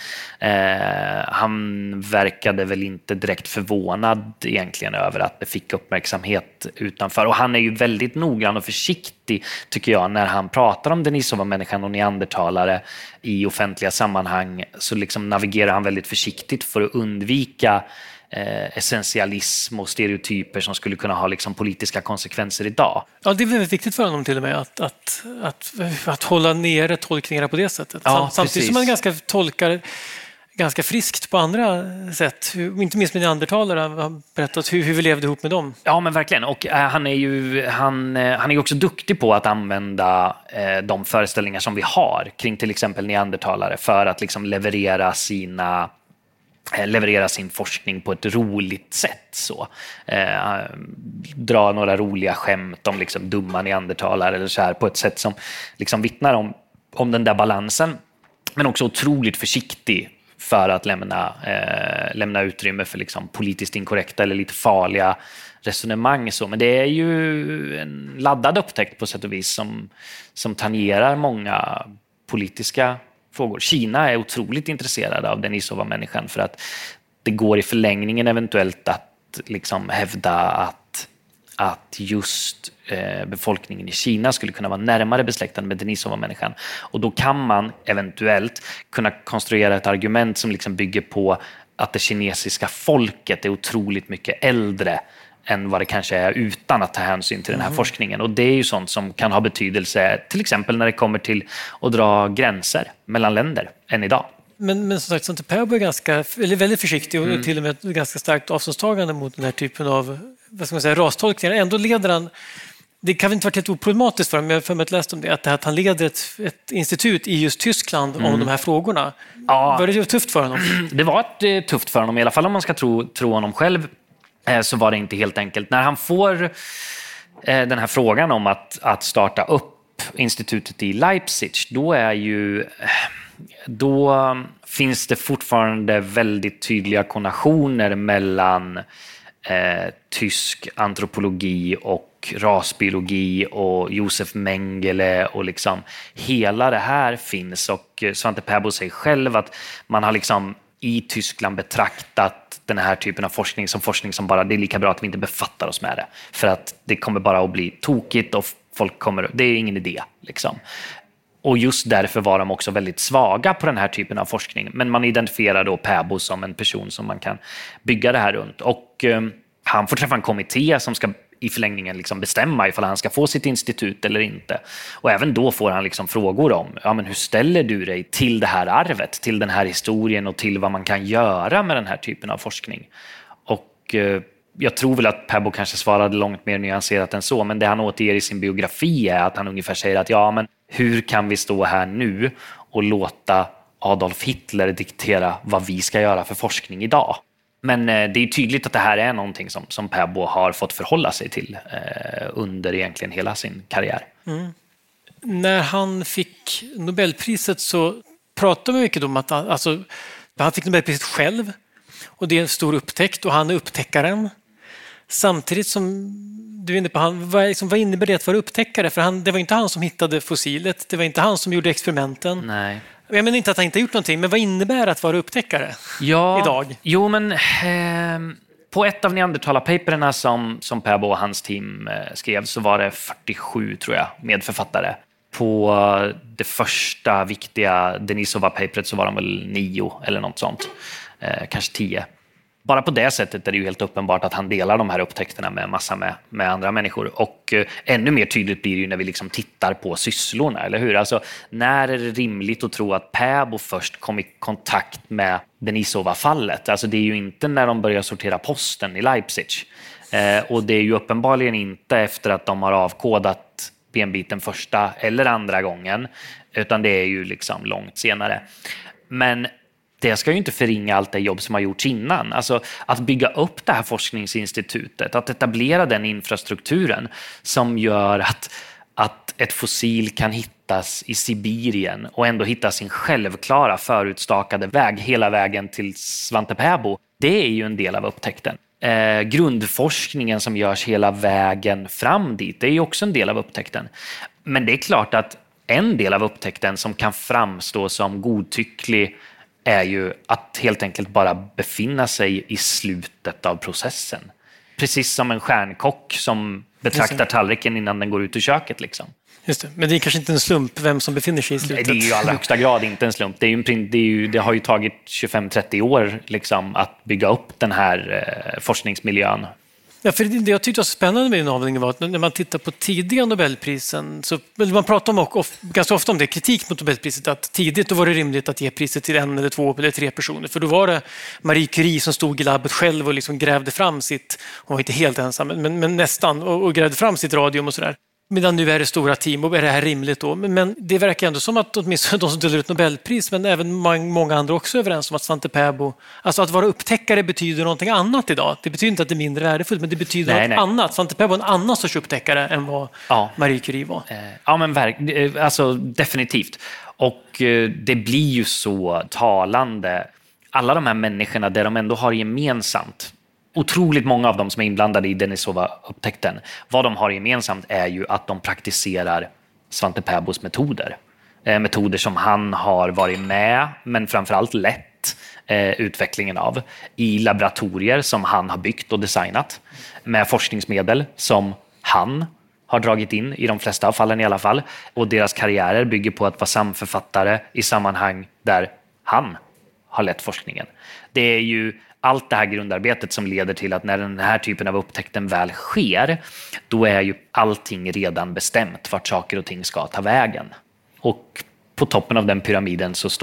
Eh, han verkade väl inte direkt förvånad egentligen över att det fick uppmärksamhet utanför. Och han är ju väldigt noggrann och försiktig tycker jag när han pratar om Denisova-människan och neandertalare i offentliga sammanhang. Så liksom navigerar han väldigt försiktigt för att undvika Eh, essentialism och stereotyper som skulle kunna ha liksom politiska konsekvenser idag. Ja, det är väldigt viktigt för honom till och med att, att, att, att hålla nere tolkningar på det sättet. Ja, samtidigt precis. Som man ganska tolkar ganska friskt på andra sätt. Inte minst med neandertalare har berättat hur, hur vi levde ihop med dem. Ja, men verkligen. Och eh, han är ju han, eh, han är ju också duktig på att använda eh, de föreställningar som vi har kring till exempel neandertalare för att liksom leverera sina leverera sin forskning på ett roligt sätt så. Eh, dra några roliga skämt om liksom dumma neandertalare eller så här på ett sätt som liksom vittnar om, om den där balansen, men också otroligt försiktig för att lämna, eh, lämna utrymme för liksom politiskt inkorrekta eller lite farliga resonemang så. Men det är ju en laddad upptäckt på sätt och vis som, som tangerar många politiska frågor. Kina är otroligt intresserade av Denisova-människan för att det går i förlängningen eventuellt att liksom hävda att, att just eh, befolkningen i Kina skulle kunna vara närmare besläktad med Denisova-människan. Och då kan man eventuellt kunna konstruera ett argument som liksom bygger på att det kinesiska folket är otroligt mycket äldre än vad det kanske är utan att ta hänsyn till den här mm. forskningen. Och det är ju sånt som kan ha betydelse till exempel när det kommer till att dra gränser mellan länder än idag. Men, men som sagt, Svante Pääbo är ganska, eller väldigt försiktig och mm. till och med ganska starkt avståndstagande mot den här typen av, vad ska man säga, rastolkningar. Ändå leder han, det kan väl inte varit helt oproblematiskt för honom, men jag har för mig att läst om det, att, att han leder ett, ett institut i just Tyskland mm. om de här frågorna. Ja. Var det tufft för honom? Det var ett, tufft för honom, i alla fall om man ska tro, tro honom själv, eh, så var det inte helt enkelt. När han får eh, den här frågan om att, att starta upp institutet i Leipzig, då är ju... Då finns det fortfarande väldigt tydliga konnotationer mellan eh, tysk antropologi och rasbiologi och Josef Mengele och liksom hela det här finns. Och Svante Pääbo säger själv att man har liksom i Tyskland betraktat den här typen av forskning som forskning som bara, det är lika bra att vi inte befattar oss med det, för att det kommer bara att bli tokigt och folk kommer, det är ingen idé liksom. Och just därför var de också väldigt svaga på den här typen av forskning. Men man identifierar då Pääbo som en person som man kan bygga det här runt. Och eh, han får träffa en kommitté som ska i förlängningen liksom bestämma ifall han ska få sitt institut eller inte. Och även då får han liksom frågor om, ja, men hur ställer du dig till det här arvet, till den här historien och till vad man kan göra med den här typen av forskning. Och eh, jag tror väl att Pääbo kanske svarade långt mer nyanserat än så, men det han återger i sin biografi är att han ungefär säger att ja, men hur kan vi stå här nu och låta Adolf Hitler diktera vad vi ska göra för forskning idag? Men eh, det är tydligt att det här är någonting som, som Pääbo har fått förhålla sig till eh, under egentligen hela sin karriär. Mm. När han fick Nobelpriset så pratade man mycket om att han, alltså, han fick Nobelpriset själv och det är en stor upptäckt och han är upptäckaren. Samtidigt som du är inne på, han, vad, liksom, vad innebär det att vara upptäckare? För han, det var inte han som hittade fossilet, det var inte han som gjorde experimenten. Nej. Jag menar inte att han inte har gjort någonting, men vad innebär att vara upptäckare ja, idag? Jo, men eh, på ett av neandertalarpaperna som, som Pääbo och hans team eh, skrev så var det fyrtiosju, tror jag, medförfattare. På eh, det första viktiga Denisova-paperet så var de väl nio eller något sånt. Eh, kanske tio. Bara på det sättet är det ju helt uppenbart att han delar de här upptäckterna med massa med, med andra människor. Och eh, ännu mer tydligt blir det ju när vi liksom tittar på sysslorna, eller hur? Alltså, när är det rimligt att tro att Pääbo först kom i kontakt med Denisova-fallet? Alltså det är ju inte när de börjar sortera posten i Leipzig. Eh, och det är ju uppenbarligen inte efter att de har avkodat benbiten första eller andra gången, utan det är ju liksom långt senare. Men det ska ju inte förringa allt det jobb som har gjorts innan. Alltså att bygga upp det här forskningsinstitutet, att etablera den infrastrukturen som gör att, att ett fossil kan hittas i Sibirien och ändå hitta sin självklara förutstakade väg hela vägen till Svante Pääbo. Det är ju en del av upptäckten. Eh, grundforskningen som görs hela vägen fram dit, det är ju också en del av upptäckten. Men det är klart att en del av upptäckten som kan framstå som godtycklig är ju att helt enkelt bara befinna sig i slutet av processen. Precis som en stjärnkock som betraktar tallriken innan den går ut ur köket. Liksom. Just det. Men det är kanske inte en slump vem som befinner sig i slutet. Det är ju i allra högsta grad inte en slump. Det, är ju, det, är ju, det har ju tagit tjugofem till trettio år liksom, att bygga upp den här eh, forskningsmiljön. Ja, för det jag tyckte var så spännande med den avdelningen var att när man tittar på tidiga Nobelprisen, så man pratar om, och ganska ofta om det, kritik mot Nobelpriset, att tidigt då var det rimligt att ge priset till en eller två eller tre personer. För då var det Marie Curie som stod i labbet själv och liksom grävde fram sitt, hon var inte helt ensam, men, men nästan, och, och grävde fram sitt radium och sådär. Medan nu är det stora team och är det här rimligt då? Men, men det verkar ändå som att åtminstone de som delar ut Nobelpris, men även många andra också är överens om att Svante Pääbo, alltså att vara upptäckare betyder någonting annat idag. Det betyder inte att det är mindre värdefullt, men det betyder nej, något nej. annat. Svante Pääbo är en annan sorts upptäckare än vad ja. Marie Curie var. Ja, men verk, alltså definitivt. Och det blir ju så talande. Alla de här människorna, där de ändå har gemensamt, otroligt många av dem som är inblandade i Denisova-upptäckten, vad de har gemensamt är ju att de praktiserar Svante Pääbos metoder. Eh, metoder som han har varit med, men framförallt lett eh, utvecklingen av i laboratorier som han har byggt och designat, med forskningsmedel som han har dragit in i de flesta av fallen i alla fall. Och deras karriärer bygger på att vara samförfattare i sammanhang där han har lett forskningen. Det är ju allt det här grundarbetet som leder till att när den här typen av upptäckten väl sker, då är ju allting redan bestämt vart saker och ting ska ta vägen. Och på toppen av den pyramiden så står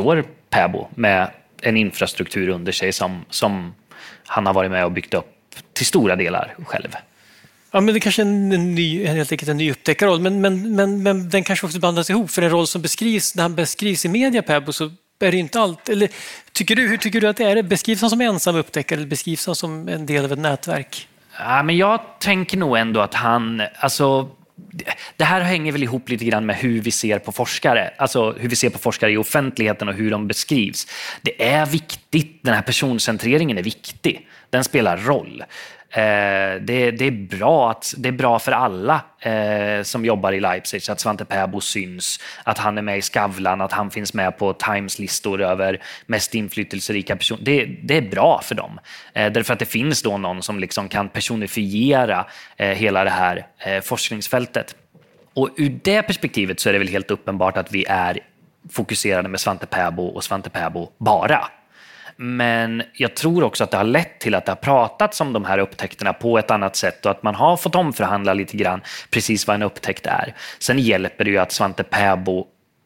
Pääbo med en infrastruktur under sig som, som han har varit med och byggt upp till stora delar själv. Ja, men det kanske är en, en ny, helt enkelt en ny upptäckarroll, men, men, men, men den kanske också bandas ihop, för en roll som beskrivs, när han beskrivs i media, Pääbo, så är det inte allt. Eller tycker du, hur tycker du att det är? Beskrivs han som ensam upptäckare eller beskrivs han som en del av ett nätverk? Ja, men jag tänker nog ändå att han, alltså, det här hänger väl ihop lite grann med hur vi ser på forskare, alltså hur vi ser på forskare i offentligheten och hur de beskrivs. Det är viktigt, den här personcentreringen är viktig, den spelar roll. Eh, det, det, är bra att, det är bra för alla eh, som jobbar i Leipzig att Svante Pääbo syns, att han är med i Skavlan, att han finns med på Times-listor över mest inflytelserika personer. Det, det är bra för dem, eh, därför att det finns då någon som liksom kan personifiera eh, hela det här eh, forskningsfältet. Och ur det perspektivet så är det väl helt uppenbart att vi är fokuserade med Svante Pääbo och Svante Pääbo bara. Men jag tror också att det har lett till att det har pratats om de här upptäckterna på ett annat sätt och att man har fått omförhandla lite grann precis vad en upptäckt är. Sen hjälper det ju att Svante Pääbo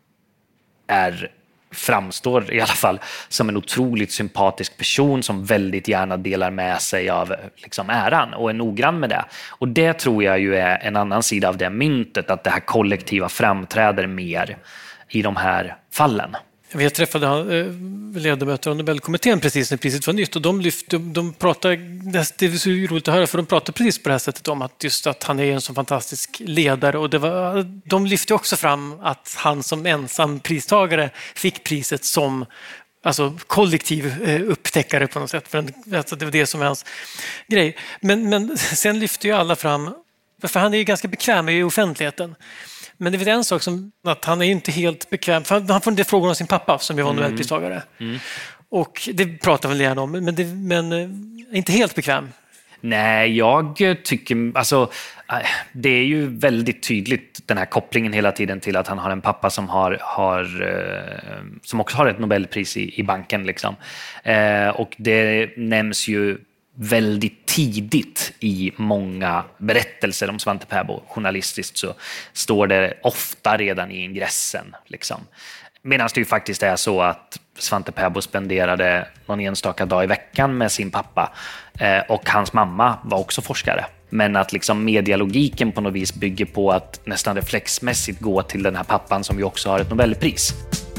är, framstår i alla fall som en otroligt sympatisk person som väldigt gärna delar med sig av liksom äran och är noggrann med det. Och det tror jag ju är en annan sida av det myntet, att det här kollektiva framträder mer i de här fallen. Jag träffade ledamöter av Nobelkommittén precis när priset var nytt och de lyfte, de pratade, det är så roligt att höra för de pratade precis på det här sättet om att just att han är en så fantastisk ledare, och det var, de lyfte också fram att han som ensam pristagare fick priset som alltså kollektiv upptäckare på något sätt, för alltså det var det som var hans grej. Men, men sen lyfte ju alla fram, för han är ju ganska bekväm i offentligheten. Men det är en sak som att han är inte helt bekväm. För han får en del frågor om sin pappa som ju var mm. Nobelpristagare. Mm. Och det pratar väl gärna om, men, det, men inte helt bekväm. Nej, jag tycker, alltså det är ju väldigt tydligt den här kopplingen hela tiden till att han har en pappa som har, har som också har ett Nobelpris i, i banken liksom. Eh, och det nämns ju väldigt tidigt i många berättelser om Svante Pääbo. Journalistiskt så står det ofta redan i ingressen. Liksom. Medan det ju faktiskt är så att Svante Pääbo spenderade någon enstaka dag i veckan med sin pappa. Eh, och hans mamma var också forskare. Men att liksom medialogiken på något vis bygger på att nästan reflexmässigt gå till den här pappan som ju också har ett Nobelpris.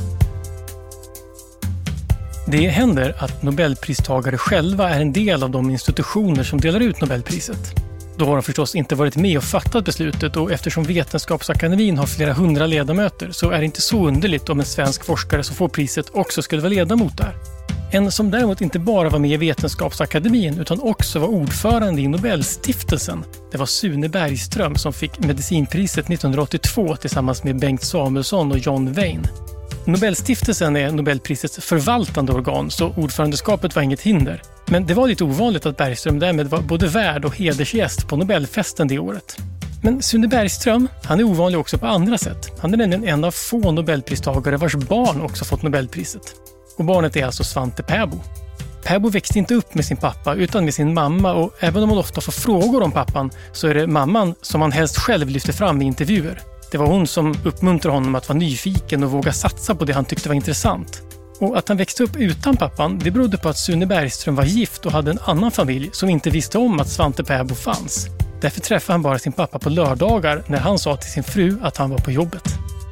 Det händer att Nobelpristagare själva är en del av de institutioner som delar ut Nobelpriset. Då har de förstås inte varit med och fattat beslutet, och eftersom Vetenskapsakademin har flera hundra ledamöter så är det inte så underligt om en svensk forskare som får priset också skulle vara ledamot där. En som däremot inte bara var med i Vetenskapsakademin utan också var ordförande i Nobelstiftelsen. Det var Sune Bergström som fick medicinpriset nittonhundraåttiotvå tillsammans med Bengt Samuelsson och John Wayne. Nobelstiftelsen är Nobelprisets förvaltande organ, så ordförandeskapet var inget hinder. Men det var lite ovanligt att Bergström därmed var både värd och hedersgäst på Nobelfesten det året. Men Sune Bergström, han är ovanlig också på andra sätt. Han är nämligen en av få Nobelpristagare vars barn också fått Nobelpriset. Och barnet är alltså Svante Pääbo. Pääbo växte inte upp med sin pappa utan med sin mamma, och även om man ofta får frågor om pappan så är det mamman som han helst själv lyfter fram i intervjuer. Det var hon som uppmuntrade honom att vara nyfiken och våga satsa på det han tyckte var intressant. Och att han växte upp utan pappan, det berodde på att Sune Bergström var gift och hade en annan familj som inte visste om att Svante Pääbo fanns. Därför träffade han bara sin pappa på lördagar när han sa till sin fru att han var på jobbet.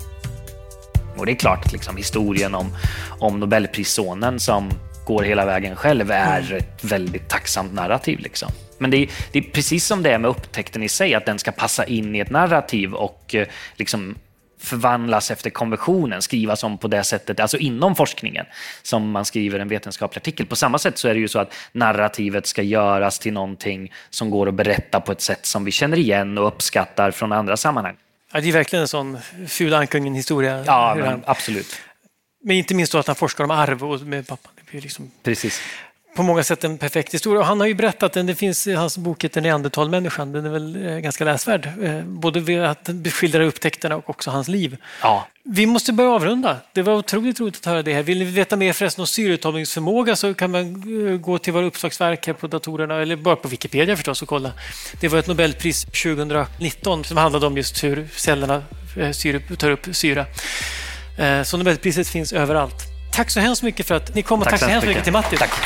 Och det är klart att liksom, historien om, om Nobelprissonen som går hela vägen själv är ett väldigt tacksamt narrativ. Liksom. Men det är, det är precis som det är med upptäckten i sig, att den ska passa in i ett narrativ och liksom förvandlas efter konventionen, skrivas om på det sättet, alltså inom forskningen som man skriver en vetenskaplig artikel. På samma sätt så är det ju så att narrativet ska göras till någonting som går att berätta på ett sätt som vi känner igen och uppskattar från andra sammanhang. Ja, det är verkligen en sån ful ankungen-historia. Ja, men, absolut. Men inte minst då att han forskar om arv och med pappan. Det blir liksom precis. På många sätt en perfekt historia. Och han har ju berättat den, det finns i hans bok heter Neandertalmänniskan. Den är väl eh, ganska läsvärd. Eh, både vid att skildra upptäckterna och också hans liv. Ja. Vi måste börja avrunda. Det var otroligt roligt att höra det här. Vill ni veta mer förresten om syreupptagningsförmåga så kan man uh, gå till våra uppslagsverk här på datorerna eller bara på Wikipedia förstås och kolla. Det var ett Nobelpris tjugonitton som handlade om just hur cellerna uh, syre, tar upp syra. Uh, så Nobelpriset finns överallt. Tack så hemskt mycket för att ni kom och tack, tack så hemskt mycket till Matti. Tack.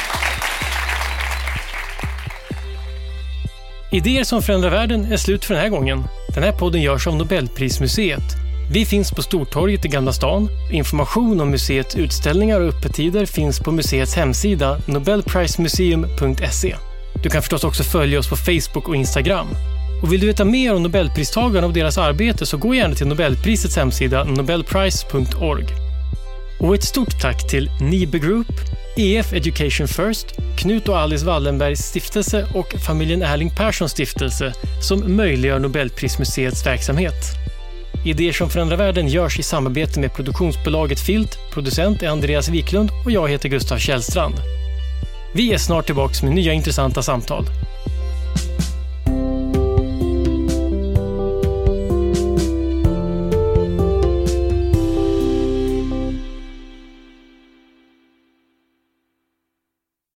Idéer som förändrar världen är slut för den här gången. Den här podden görs av Nobelprismuseet. Vi finns på Stortorget i Gamla stan. Information om museets utställningar och öppettider finns på museets hemsida nobelprismuseum punkt se. Du kan förstås också följa oss på Facebook och Instagram. Och vill du veta mer om Nobelpristagarna och deras arbete så gå gärna till Nobelprisets hemsida nobelprice punkt org. Och ett stort tack till Nibe Group, E F Education First, Knut och Alice Wallenbergs stiftelse och familjen Erling Perssons stiftelse som möjliggör Nobelprismuseets verksamhet. Idéer som förändrar världen görs i samarbete med produktionsbolaget Filt, producent är Andreas Wiklund och jag heter Gustav Källstrand. Vi är snart tillbaka med nya intressanta samtal.